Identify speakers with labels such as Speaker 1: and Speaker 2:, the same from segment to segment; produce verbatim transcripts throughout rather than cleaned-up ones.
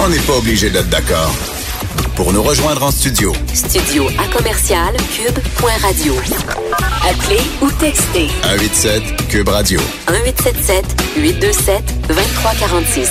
Speaker 1: on n'est pas obligé d'être d'accord. Pour nous rejoindre en studio.
Speaker 2: Studio à commercial cube point radio. Appelez ou textez.
Speaker 1: un huit sept Cube Radio.
Speaker 2: un huit sept sept huit deux sept deux trois quatre six.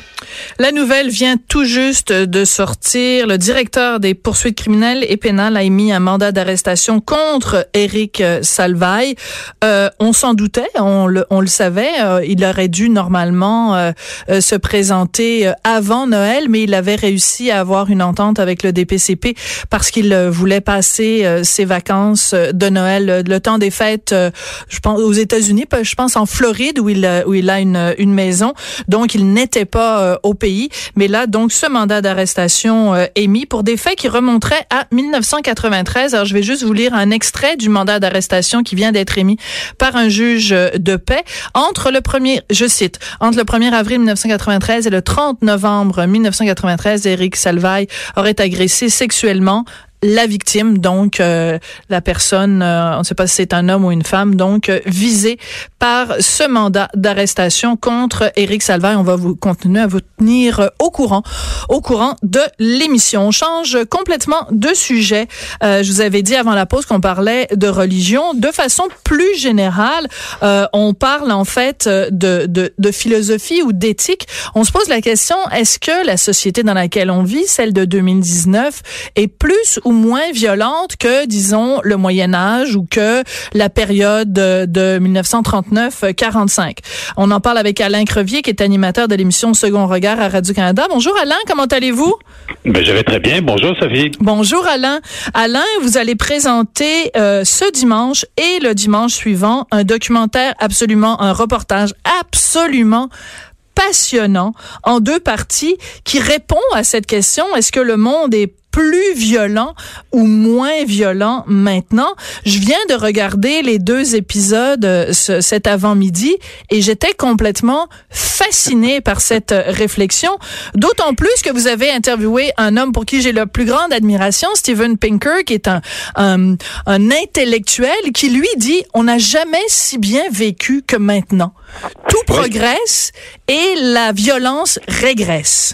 Speaker 3: La nouvelle vient tout juste de sortir. Le directeur des poursuites criminelles et pénales a émis un mandat d'arrestation contre Éric Salvaille. Euh, on s'en doutait, on le, on le savait. Euh, il aurait dû normalement euh, euh, se présenter avant Noël, mais il avait réussi à avoir une entente avec le D P C P parce qu'il euh, voulait passer euh, ses vacances de Noël, le temps des fêtes, euh, je pense aux États-Unis, je pense en Floride où il où il a une une maison. Donc il n'était pas euh, au pays. Mais là, donc, ce mandat d'arrestation euh, émis pour des faits qui remonteraient à dix-neuf cent quatre-vingt-treize. Alors, je vais juste vous lire un extrait du mandat d'arrestation qui vient d'être émis par un juge de paix. Entre le premier, je cite, entre le premier avril dix-neuf cent quatre-vingt-treize et le trente novembre dix-neuf cent quatre-vingt-treize, Éric Salvaille aurait agressé sexuellement la victime, donc euh, la personne, euh, on ne sait pas si c'est un homme ou une femme, donc euh, visée par ce mandat d'arrestation contre Éric Salvaille. On va vous continuer à vous tenir euh, au courant, au courant de l'émission. On change complètement de sujet. Euh, je vous avais dit avant la pause qu'on parlait de religion. De façon plus générale, euh, on parle en fait de, de, de philosophie ou d'éthique. On se pose la question, est-ce que la société dans laquelle on vit, celle de deux mille dix-neuf, est plus ou moins violente que, disons, le Moyen-Âge ou que la période de, de dix-neuf cent trente-neuf quarante-cinq. On en parle avec Alain Crevier, qui est animateur de l'émission Second Regard à Radio-Canada. Bonjour Alain, comment allez-vous?
Speaker 4: Ben, je vais très bien. Bonjour Sophie.
Speaker 3: Bonjour Alain. Alain, vous allez présenter euh, ce dimanche et le dimanche suivant un documentaire absolument, un reportage absolument passionnant en deux parties qui répond à cette question. Est-ce que le monde est plus violent ou moins violent maintenant? Je viens de regarder les deux épisodes euh, ce, cet avant-midi et j'étais complètement fascinée par cette réflexion, d'autant plus que vous avez interviewé un homme pour qui j'ai la plus grande admiration, Steven Pinker, qui est un, un, un intellectuel qui lui dit « On n'a jamais si bien vécu que maintenant. Tout progresse et la violence régresse. »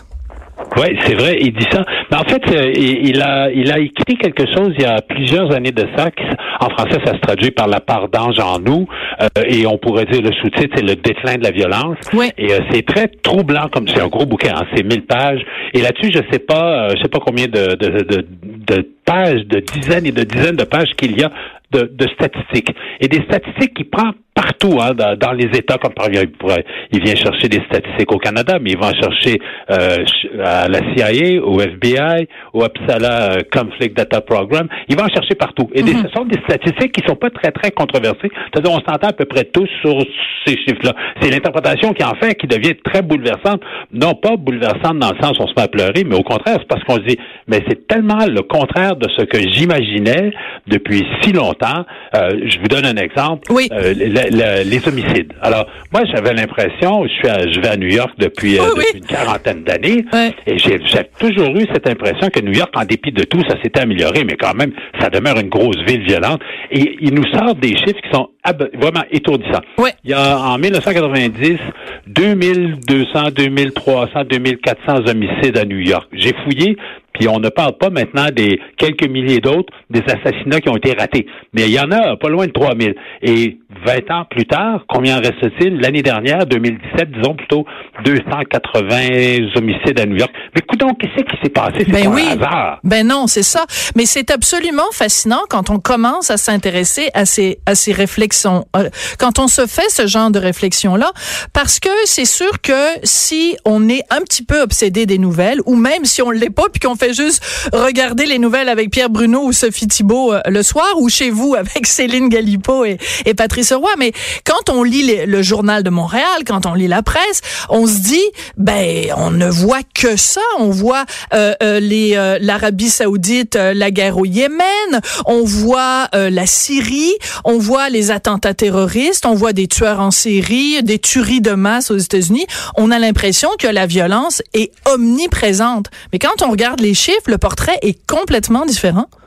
Speaker 4: Oui, c'est vrai, il dit ça. Mais en fait, euh, il a il a écrit quelque chose il y a plusieurs années de ça. Qui, en français, ça se traduit par La part d'ange en nous. Euh, et on pourrait dire le sous-titre, c'est Le déclin de la violence.
Speaker 3: Oui.
Speaker 4: Et euh, c'est très troublant, comme c'est un gros bouquin, hein, c'est mille pages. Et là-dessus, je sais pas, euh, je sais pas combien de, de, de, de pages, de dizaines et de dizaines de pages qu'il y a de, de statistiques. Et des statistiques qui prennent partout, hein, dans, dans les États, comme par exemple, il, pourrait, il vient chercher des statistiques au Canada, mais il va en chercher euh, à la C I A, au F B I, au Uppsala Conflict Data Program. Il va en chercher partout. Et des, mm-hmm. ce sont des statistiques qui sont pas très, très controversées. C'est-à-dire, on s'entend à peu près tous sur ces chiffres-là. C'est l'interprétation qui en fait qui devient très bouleversante. Non pas bouleversante dans le sens où on se met à pleurer, mais au contraire, c'est parce qu'on se dit, mais c'est tellement le contraire de ce que j'imaginais depuis si longtemps. Euh, je vous donne un exemple.
Speaker 3: Oui.
Speaker 4: Euh, le, le, les homicides. Alors, moi, j'avais l'impression, je suis à, je vais à New York depuis, euh,
Speaker 3: oui,
Speaker 4: depuis
Speaker 3: oui.
Speaker 4: une quarantaine d'années,
Speaker 3: ouais.
Speaker 4: et j'ai, j'ai toujours eu cette impression que New York, en dépit de tout, ça s'était amélioré, mais quand même, ça demeure une grosse ville violente. Et ils nous sortent des chiffres qui sont ab- vraiment étourdissants.
Speaker 3: Ouais.
Speaker 4: Il y a, en dix-neuf cent quatre-vingt-dix, deux mille deux cents, deux mille trois cents, deux mille quatre cents homicides à New York. J'ai fouillé, puis on ne parle pas maintenant des quelques milliers d'autres, des assassinats qui ont été ratés. Mais il y en a pas loin de trois mille. Et vingt ans plus tard, combien en reste-t-il? L'année dernière, deux mille dix-sept, disons plutôt, deux cent quatre-vingts homicides à New York. Mais écoute donc, qu'est-ce qui s'est passé? C'est
Speaker 3: ben
Speaker 4: pas
Speaker 3: oui.
Speaker 4: un hasard.
Speaker 3: Ben non, c'est ça. Mais c'est absolument fascinant quand on commence à s'intéresser à ces, à ces réflexions. Euh, quand on se fait ce genre de réflexion-là, parce que c'est sûr que si on est un petit peu obsédé des nouvelles, ou même si on l'est pas, puis qu'on fait juste regarder les nouvelles avec Pierre Bruno ou Sophie Thibault euh, le soir, ou chez vous avec Céline Galipo et, et Patrice Roy. Mais quand on lit les, le Journal de Montréal, quand on lit la presse, on se dit, ben, on ne voit que ça. On voit euh, euh, les euh, l'Arabie Saoudite, euh, la guerre au Yémen, on voit euh, la Syrie, on voit les attentats terroristes, on voit des tueurs en série, des tueries de masse aux États-Unis. On a l'impression que la violence est omniprésente. Mais quand on regarde les chiffres, le portrait est complètement différent.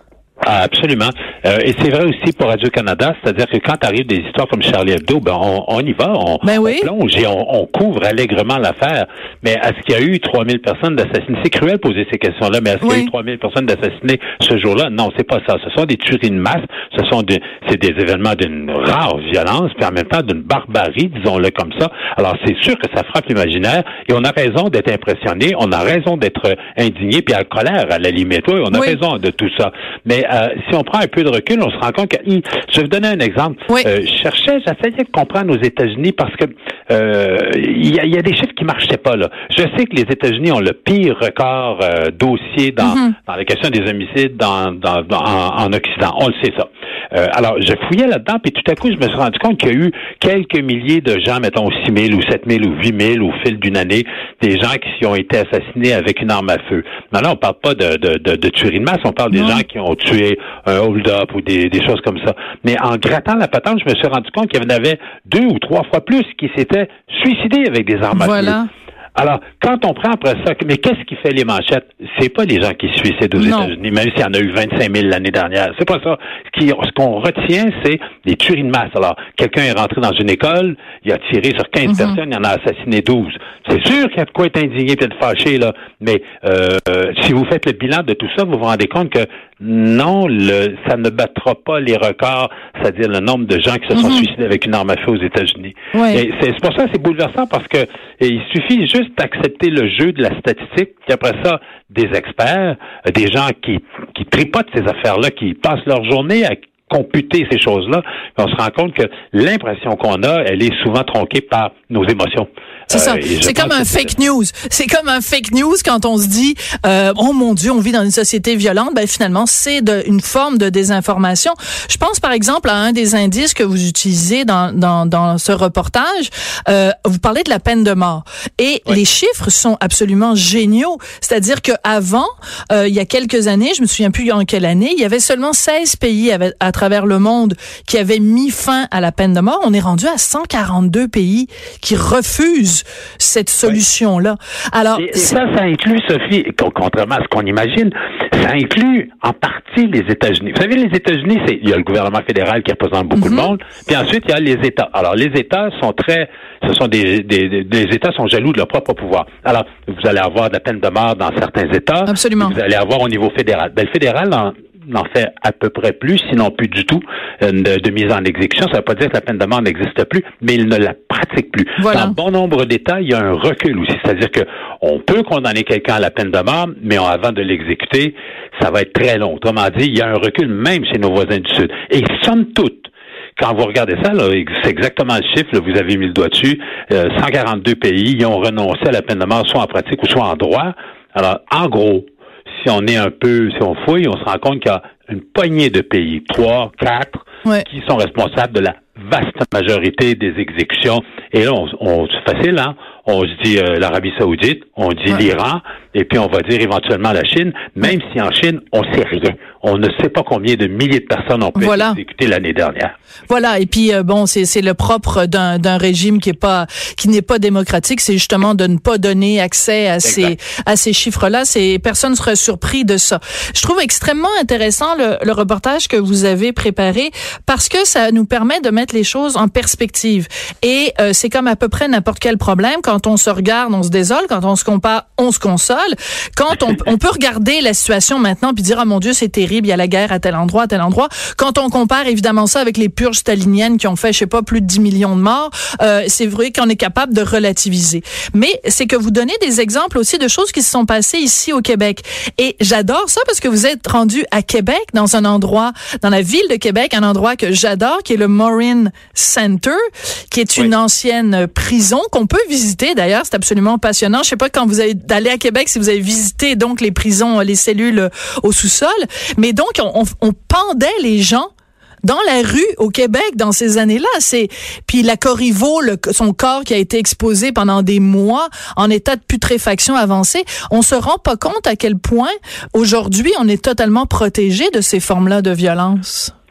Speaker 4: Ah, absolument. Euh, et c'est vrai aussi pour Radio-Canada, c'est-à-dire que quand arrivent des histoires comme Charlie Hebdo, ben on, on y va, on,
Speaker 3: ben oui.
Speaker 4: on plonge et on, on couvre allègrement l'affaire. Mais est-ce qu'il y a eu trois mille personnes d'assassinées? C'est cruel de poser ces questions-là, mais est-ce oui. qu'il y a eu trois mille personnes d'assassinées ce jour-là? Non, c'est pas ça. Ce sont des tueries de masse, ce sont des, c'est des événements d'une rare violence, puis en même temps d'une barbarie, disons-le comme ça. Alors c'est sûr que ça frappe l'imaginaire et on a raison d'être impressionné, on a raison d'être indigné, puis à colère à la limite. Oui, on a oui. raison de tout ça. Mais Euh, si on prend un peu de recul, on se rend compte que... Je vais vous donner un exemple. Oui. Euh, je cherchais, j'essayais de comprendre aux États-Unis parce que euh, il y, a, y a des chiffres qui marchaient pas, là. Je sais que les États-Unis ont le pire record euh, dossier dans, mm-hmm. dans la question des homicides dans, dans, dans, en, en Occident. On le sait, ça. Euh, alors, je fouillais là-dedans, puis tout à coup, je me suis rendu compte qu'il y a eu quelques milliers de gens, mettons six mille ou sept mille ou huit mille au fil d'une année, des gens qui ont été assassinés avec une arme à feu. Non, là, on parle pas de, de, de, de tuerie de masse, on parle non. des gens qui ont tué un hold-up ou des, des choses comme ça. Mais en grattant la patente, je me suis rendu compte qu'il y en avait deux ou trois fois plus qui s'étaient suicidés avec des armes
Speaker 3: voilà.
Speaker 4: à feu. Alors, quand on prend après ça, mais qu'est-ce qui fait les manchettes? C'est pas les gens qui se suicident aux non. États-Unis, même s'il y en a eu vingt-cinq mille l'année dernière. C'est pas ça. Ce, qui, ce qu'on retient, c'est des tueries de masse. Alors, quelqu'un est rentré dans une école, il a tiré sur quinze mm-hmm. personnes, il en a assassiné douze. C'est sûr qu'il y a de quoi être indigné et être fâché, là. Mais euh, si vous faites le bilan de tout ça, vous vous rendez compte que non, le, ça ne battra pas les records, c'est-à-dire le nombre de gens qui se sont mm-hmm. suicidés avec une arme à feu aux États-Unis. Oui. Et c'est, c'est pour ça que c'est bouleversant, parce que il suffit juste d'accepter le jeu de la statistique, puis après ça, des experts, des gens qui, qui tripotent ces affaires-là, qui passent leur journée à computer ces choses-là, on se rend compte que l'impression qu'on a, elle est souvent tronquée par nos émotions.
Speaker 3: C'est ça. Euh, c'est comme un fake news. C'est comme un fake news quand on se dit euh, oh mon Dieu, on vit dans une société violente. Ben finalement, c'est de, une forme de désinformation. Je pense par exemple à un des indices que vous utilisez dans dans, dans ce reportage. Euh, vous parlez de la peine de mort et oui. les chiffres sont absolument géniaux. C'est-à-dire que avant, euh, il y a quelques années, je me souviens plus en quelle année, il y avait seulement seize pays à, à travers le monde qui avaient mis fin à la peine de mort. On est rendu à cent quarante-deux pays qui refusent cette solution-là. Alors,
Speaker 4: et, et ça, ça inclut, Sophie, contrairement à ce qu'on imagine, ça inclut en partie les États-Unis. Vous savez, les États-Unis, c'est, il y a le gouvernement fédéral qui représente beaucoup mm-hmm. de monde, puis ensuite, il y a les États. Alors, les États sont très, ce sont des, des, des, des États sont jaloux de leur propre pouvoir. Alors, vous allez avoir de la peine de mort dans certains États.
Speaker 3: Absolument.
Speaker 4: Vous allez avoir au niveau fédéral. Ben, le fédéral, dans n'en fait à peu près plus, sinon plus du tout, euh, de, de mise en exécution. Ça ne veut pas dire que la peine de mort n'existe plus, mais il ne la pratique plus.
Speaker 3: Voilà.
Speaker 4: Dans bon nombre d'États, il y a un recul aussi. C'est-à-dire que on peut condamner quelqu'un à la peine de mort, mais on, avant de l'exécuter, ça va être très long. Autrement dit, il y a un recul même chez nos voisins du Sud. Et somme toute, quand vous regardez ça, là, c'est exactement le chiffre, là, vous avez mis le doigt dessus, euh, cent quarante-deux pays y ont renoncé à la peine de mort, soit en pratique ou soit en droit. Alors, en gros, si on est un peu, si on fouille, on se rend compte qu'il y a une poignée de pays, trois, quatre, ouais. qui sont responsables de la vaste majorité des exécutions. Et là, on, on c'est facile, hein? On se dit euh, l'Arabie Saoudite, on dit ouais. l'Iran, et puis on va dire éventuellement la Chine, même si en Chine, on sait rien. On ne sait pas combien de milliers de personnes ont pu voilà. être exécutées l'année dernière.
Speaker 3: Voilà, et puis euh, bon, c'est c'est le propre d'un d'un régime qui est pas qui n'est pas démocratique, c'est justement de ne pas donner accès à exact. ces à ces chiffres-là. C'est personne serait surpris de ça. Je trouve extrêmement intéressant le, le reportage que vous avez préparé parce que ça nous permet de mettre les choses en perspective. Et euh, c'est comme à peu près n'importe quel problème. Quand on se regarde, on se désole. Quand on se compare, on se console. Quand on, on peut regarder la situation maintenant puis dire ah mon Dieu c'est terrible, il y a la guerre à tel endroit, à tel endroit. Quand on compare évidemment ça avec les purges staliniennes qui ont fait je sais pas plus de dix millions de morts, euh, c'est vrai qu'on est capable de relativiser. Mais c'est que vous donnez des exemples aussi de choses qui se sont passées ici au Québec. Et j'adore ça parce que vous êtes rendu à Québec dans un endroit, dans la ville de Québec, un endroit que j'adore qui est le Morin Center, qui est une oui. ancienne prison qu'on peut visiter d'ailleurs, c'est absolument passionnant. Je sais pas quand vous allez aller à Québec si vous avez visité donc les prisons, les cellules au sous-sol, mais donc on, on pendait les gens dans la rue au Québec dans ces années-là. C'est puis la Corriveau, le, son corps qui a été exposé pendant des mois en état de putréfaction avancée. On se rend pas compte à quel point aujourd'hui on est totalement protégé de ces formes-là de violence.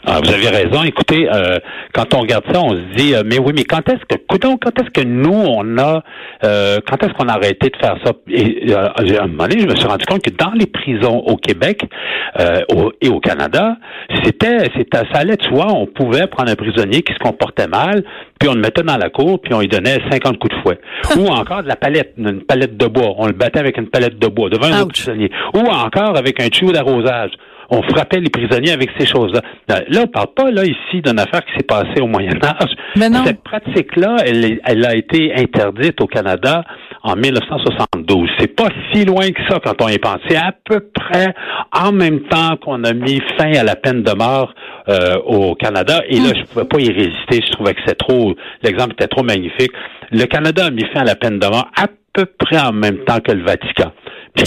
Speaker 4: Ah, vous avez raison. Écoutez, euh, quand on regarde ça, on se dit, euh, mais oui, mais quand est-ce que, coudonc, quand est-ce que nous, on a, euh, quand est-ce qu'on a arrêté de faire ça? Et euh, à un moment donné, je me suis rendu compte que dans les prisons au Québec euh, au, et au Canada, c'était, c'était, ça allait de soi. On pouvait prendre un prisonnier qui se comportait mal, puis on le mettait dans la cour, puis on lui donnait cinquante coups de fouet. Ou encore de la palette, une palette de bois. On le battait avec une palette de bois devant un Ouch. autre prisonnier. Ou encore avec un tuyau d'arrosage. On frappait les prisonniers avec ces choses-là. Là, on parle pas là ici d'une affaire qui s'est passée au Moyen-Âge.
Speaker 3: Mais non.
Speaker 4: Cette pratique-là, elle, elle a été interdite au Canada en dix-neuf cent soixante-douze. C'est pas si loin que ça quand on y pense. C'est à peu près en même temps qu'on a mis fin à la peine de mort euh, au Canada. Et là, je pouvais pas y résister. Je trouvais que c'est trop, l'exemple était trop magnifique. Le Canada a mis fin à la peine de mort à peu près en même temps que le Vatican. Oui,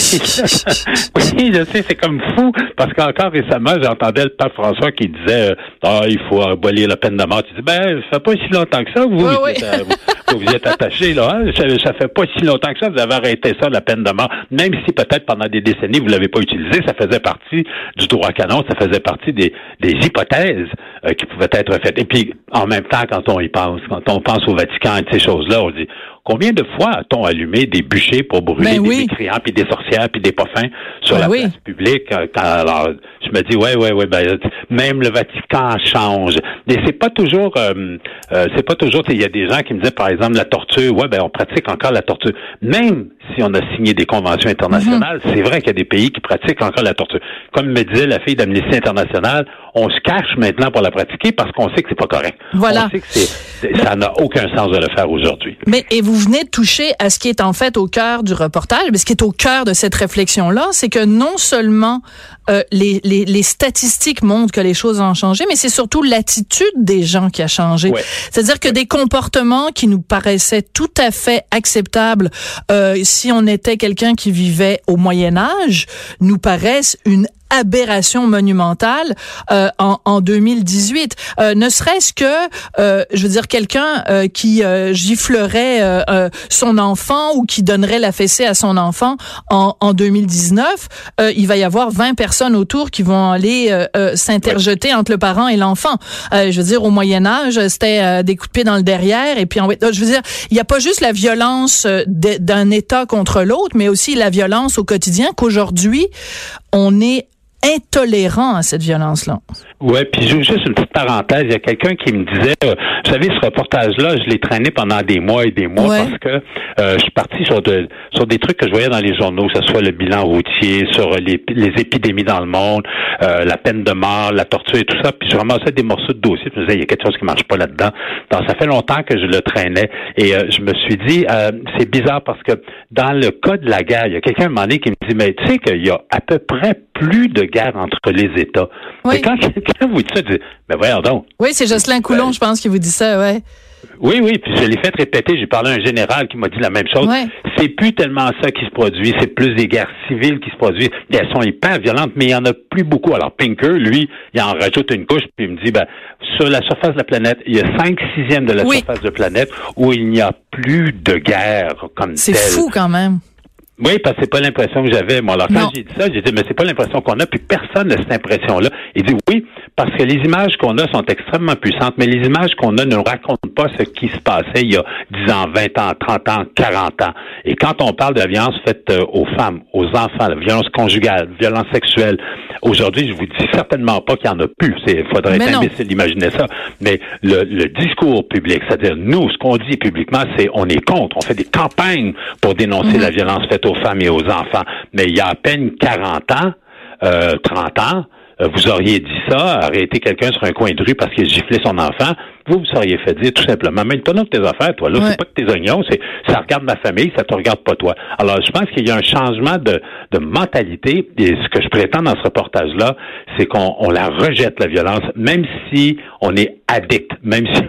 Speaker 4: je sais, c'est comme fou, parce qu'encore récemment, j'entendais le pape François qui disait euh, ah, il faut abolir la peine de mort. Tu dis, ben, ça fait pas si longtemps que ça, vous,
Speaker 3: oui,
Speaker 4: vous,
Speaker 3: oui.
Speaker 4: Êtes, euh, vous, vous êtes attachés, là, hein? ça, ça fait pas si longtemps que ça, vous avez arrêté ça, la peine de mort. Même si peut-être pendant des décennies, vous l'avez pas utilisé, ça faisait partie du droit canon, ça faisait partie des, des hypothèses euh, qui pouvaient être faites. Et puis, en même temps, quand on y pense, quand on pense au Vatican et de ces choses-là, on dit, combien de fois a-t-on allumé des bûchers pour brûler ben des oui. mécréants, puis des sorcières, puis des poffins sur ben la oui. place publique? Quand, alors, je me dis, ouais, ouais, ouais, ben, même le Vatican change. Mais c'est pas toujours, euh, euh, c'est pas toujours, il y a des gens qui me disaient, par exemple, la torture, ouais, ben, on pratique encore la torture. Même si on a signé des conventions internationales, mm-hmm. c'est vrai qu'il y a des pays qui pratiquent encore la torture. Comme me disait la fille d'Amnesty International, on se cache maintenant pour la pratiquer parce qu'on sait que c'est pas correct.
Speaker 3: Voilà.
Speaker 4: On sait que c'est, c'est, ça n'a aucun sens de le faire aujourd'hui.
Speaker 3: Mais, et vous venez de toucher à ce qui est en fait au cœur du reportage, mais ce qui est au cœur de cette réflexion-là, c'est que non seulement euh, les, les, les statistiques montrent que les choses ont changé, mais c'est surtout l'attitude des gens qui a changé. Ouais. C'est-à-dire que ouais. des comportements qui nous paraissaient tout à fait acceptables euh, si on était quelqu'un qui vivait au Moyen Âge, nous paraissent une aberration monumentale euh, en, en deux mille dix-huit. Euh, ne serait-ce que, euh, je veux dire, quelqu'un euh, qui euh, giflerait euh, euh, son enfant ou qui donnerait la fessée à son enfant en, en deux mille dix-neuf, euh, il va y avoir vingt personnes autour qui vont aller euh, euh, s'interjeter ouais. entre le parent et l'enfant. Euh, je veux dire, au Moyen Âge, c'était euh, des coups de pied dans le derrière et puis on, je veux dire, il n'y a pas juste la violence de, d'un État contre l'autre, mais aussi la violence au quotidien qu'aujourd'hui, on est intolérant à cette violence-là.
Speaker 4: Ouais, puis juste une petite parenthèse, il y a quelqu'un qui me disait, euh, vous savez, ce reportage-là, je l'ai traîné pendant des mois et des mois ouais. parce que euh, je suis parti sur de sur des trucs que je voyais dans les journaux, que ce soit le bilan routier, sur les, les épidémies dans le monde, euh, la peine de mort, la torture et tout ça, puis je ramassais des morceaux de dossiers, je me disais, il y a quelque chose qui marche pas là-dedans. Donc, ça fait longtemps que je le traînais et euh, je me suis dit, euh, c'est bizarre parce que dans le cas de la guerre, il y a quelqu'un à un moment donné qui me dit, mais tu sais qu'il y a à peu près plus de guerre entre les États. Oui. Et quand quelqu'un vous dit ça, dit, ben voyons donc.
Speaker 3: Oui, c'est Jocelyn Coulon, euh, je pense, qui vous dit ça, ouais.
Speaker 4: Oui, oui, puis je l'ai fait répéter, j'ai parlé à un général qui m'a dit la même chose. Ouais. C'est plus tellement ça qui se produit, c'est plus des guerres civiles qui se produisent. Et elles sont hyper violentes, mais il y en a plus beaucoup. Alors Pinker, lui, il en rajoute une couche, puis il me dit, ben, sur la surface de la planète, il y a cinq sixièmes de la oui. surface de la planète où il n'y a plus de guerre comme
Speaker 3: c'est
Speaker 4: telle.
Speaker 3: C'est fou quand même.
Speaker 4: Oui, parce que c'est pas l'impression que j'avais. Moi, alors, quand non. j'ai dit ça, j'ai dit, mais c'est pas l'impression qu'on a, puis personne n'a cette impression-là. Il dit oui, parce que les images qu'on a sont extrêmement puissantes, mais les images qu'on a ne nous racontent pas ce qui se passait il y a dix ans, vingt ans, trente ans, quarante ans. Et quand on parle de la violence faite euh, aux femmes, aux enfants, la violence conjugale, violence sexuelle, aujourd'hui, je vous dis certainement pas qu'il y en a plus. Il faudrait être imbécile d'imaginer ça. Mais le, le discours public, c'est-à-dire nous, ce qu'on dit publiquement, c'est on est contre. On fait des campagnes pour dénoncer mm-hmm. la violence faite aux femmes et aux enfants. Mais il y a à peine quarante ans, euh, trente ans, euh, vous auriez dit ça, arrêter quelqu'un sur un coin de rue parce qu'il giflait son enfant, vous vous seriez fait dire tout simplement, mais pas de tes affaires, toi, là, ouais. c'est pas que tes oignons, c'est ça regarde ma famille, ça te regarde pas toi. Alors, je pense qu'il y a un changement de, de mentalité, et ce que je prétends dans ce reportage-là, c'est qu'on on la rejette, la violence, même si on est addict, même si on,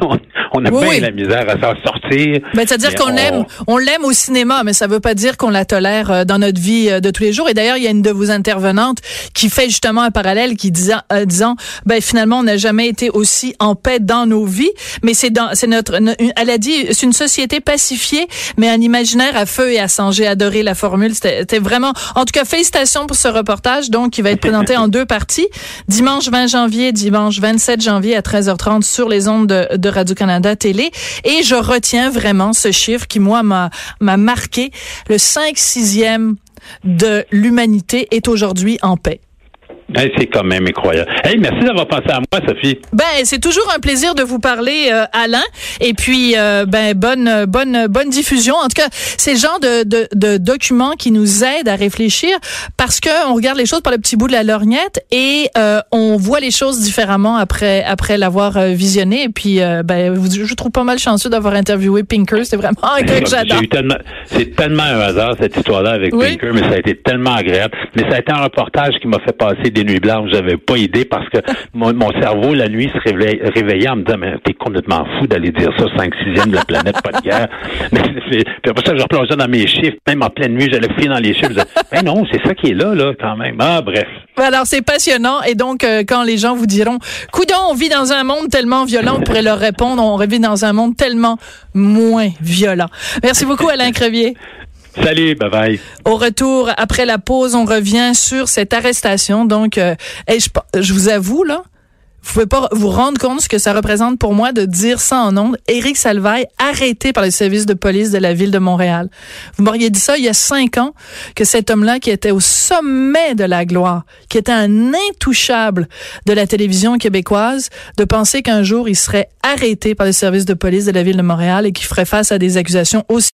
Speaker 4: on a
Speaker 3: oui,
Speaker 4: bien
Speaker 3: oui.
Speaker 4: la misère à s'en sortir.
Speaker 3: Ben, c'est-à-dire qu'on
Speaker 4: on...
Speaker 3: l'aime, on l'aime au cinéma, mais ça veut pas dire qu'on la tolère dans notre vie de tous les jours. Et d'ailleurs, il y a une de vos intervenantes qui fait justement un parallèle, qui disant, euh, disant, ben finalement, on n'a jamais été aussi en paix dans nos vies, mais c'est dans, c'est notre, une, elle a dit, c'est une société pacifiée, mais un imaginaire à feu et à sang. J'ai adoré la formule. C'était, c'était vraiment, en tout cas, félicitations pour ce reportage, donc, qui va être présenté en deux parties. Dimanche vingt janvier, dimanche vingt-sept janvier à treize heures trente sur les ondes de, de Radio-Canada Télé. Et je retiens vraiment ce chiffre qui, moi, m'a, m'a marqué. Le cinq sixième de l'humanité est aujourd'hui en paix.
Speaker 4: Hey, c'est quand même incroyable. Hey, merci d'avoir pensé à moi, Sophie.
Speaker 3: Ben, c'est toujours un plaisir de vous parler, euh, Alain. Et puis, euh, ben, bonne, bonne, bonne diffusion. En tout cas, c'est le genre de, de, de documents qui nous aident à réfléchir parce que on regarde les choses par le petit bout de la lorgnette et euh, on voit les choses différemment après, après l'avoir euh, visionné. Et puis, euh, ben, je trouve pas mal chanceux d'avoir interviewé Pinker. C'est vraiment un gars que j'adore.
Speaker 4: J'ai eu tellement, c'est tellement un hasard cette histoire-là avec oui. Pinker, mais ça a été tellement agréable. Mais ça a été un reportage qui m'a fait passer des nuits blanches, j'avais pas idée parce que mon, mon cerveau, la nuit, se réveillait, réveillait en me disant, mais t'es complètement fou d'aller dire ça, cinq sixième de la planète, pas de guerre. Mais c'est, puis après ça, je replongeais dans mes chiffres, même en pleine nuit, j'allais filer dans les chiffres, je disais, ben non, c'est ça qui est là, là, quand même. Ah, bref.
Speaker 3: Alors, c'est passionnant. Et donc, euh, quand les gens vous diront, coudonc, on vit dans un monde tellement violent, on pourrait leur répondre, on vit dans un monde tellement moins violent. Merci beaucoup, Alain Crevier.
Speaker 4: Salut, bye bye.
Speaker 3: Au retour, après la pause, on revient sur cette arrestation. Donc, euh, hey, je, je vous avoue, là, vous pouvez pas vous rendre compte ce que ça représente pour moi de dire ça en ondes. Éric Salvaille, arrêté par les services de police de la ville de Montréal. Vous m'auriez dit ça il y a cinq ans, que cet homme-là, qui était au sommet de la gloire, qui était un intouchable de la télévision québécoise, de penser qu'un jour, il serait arrêté par les services de police de la ville de Montréal et qu'il ferait face à des accusations aussi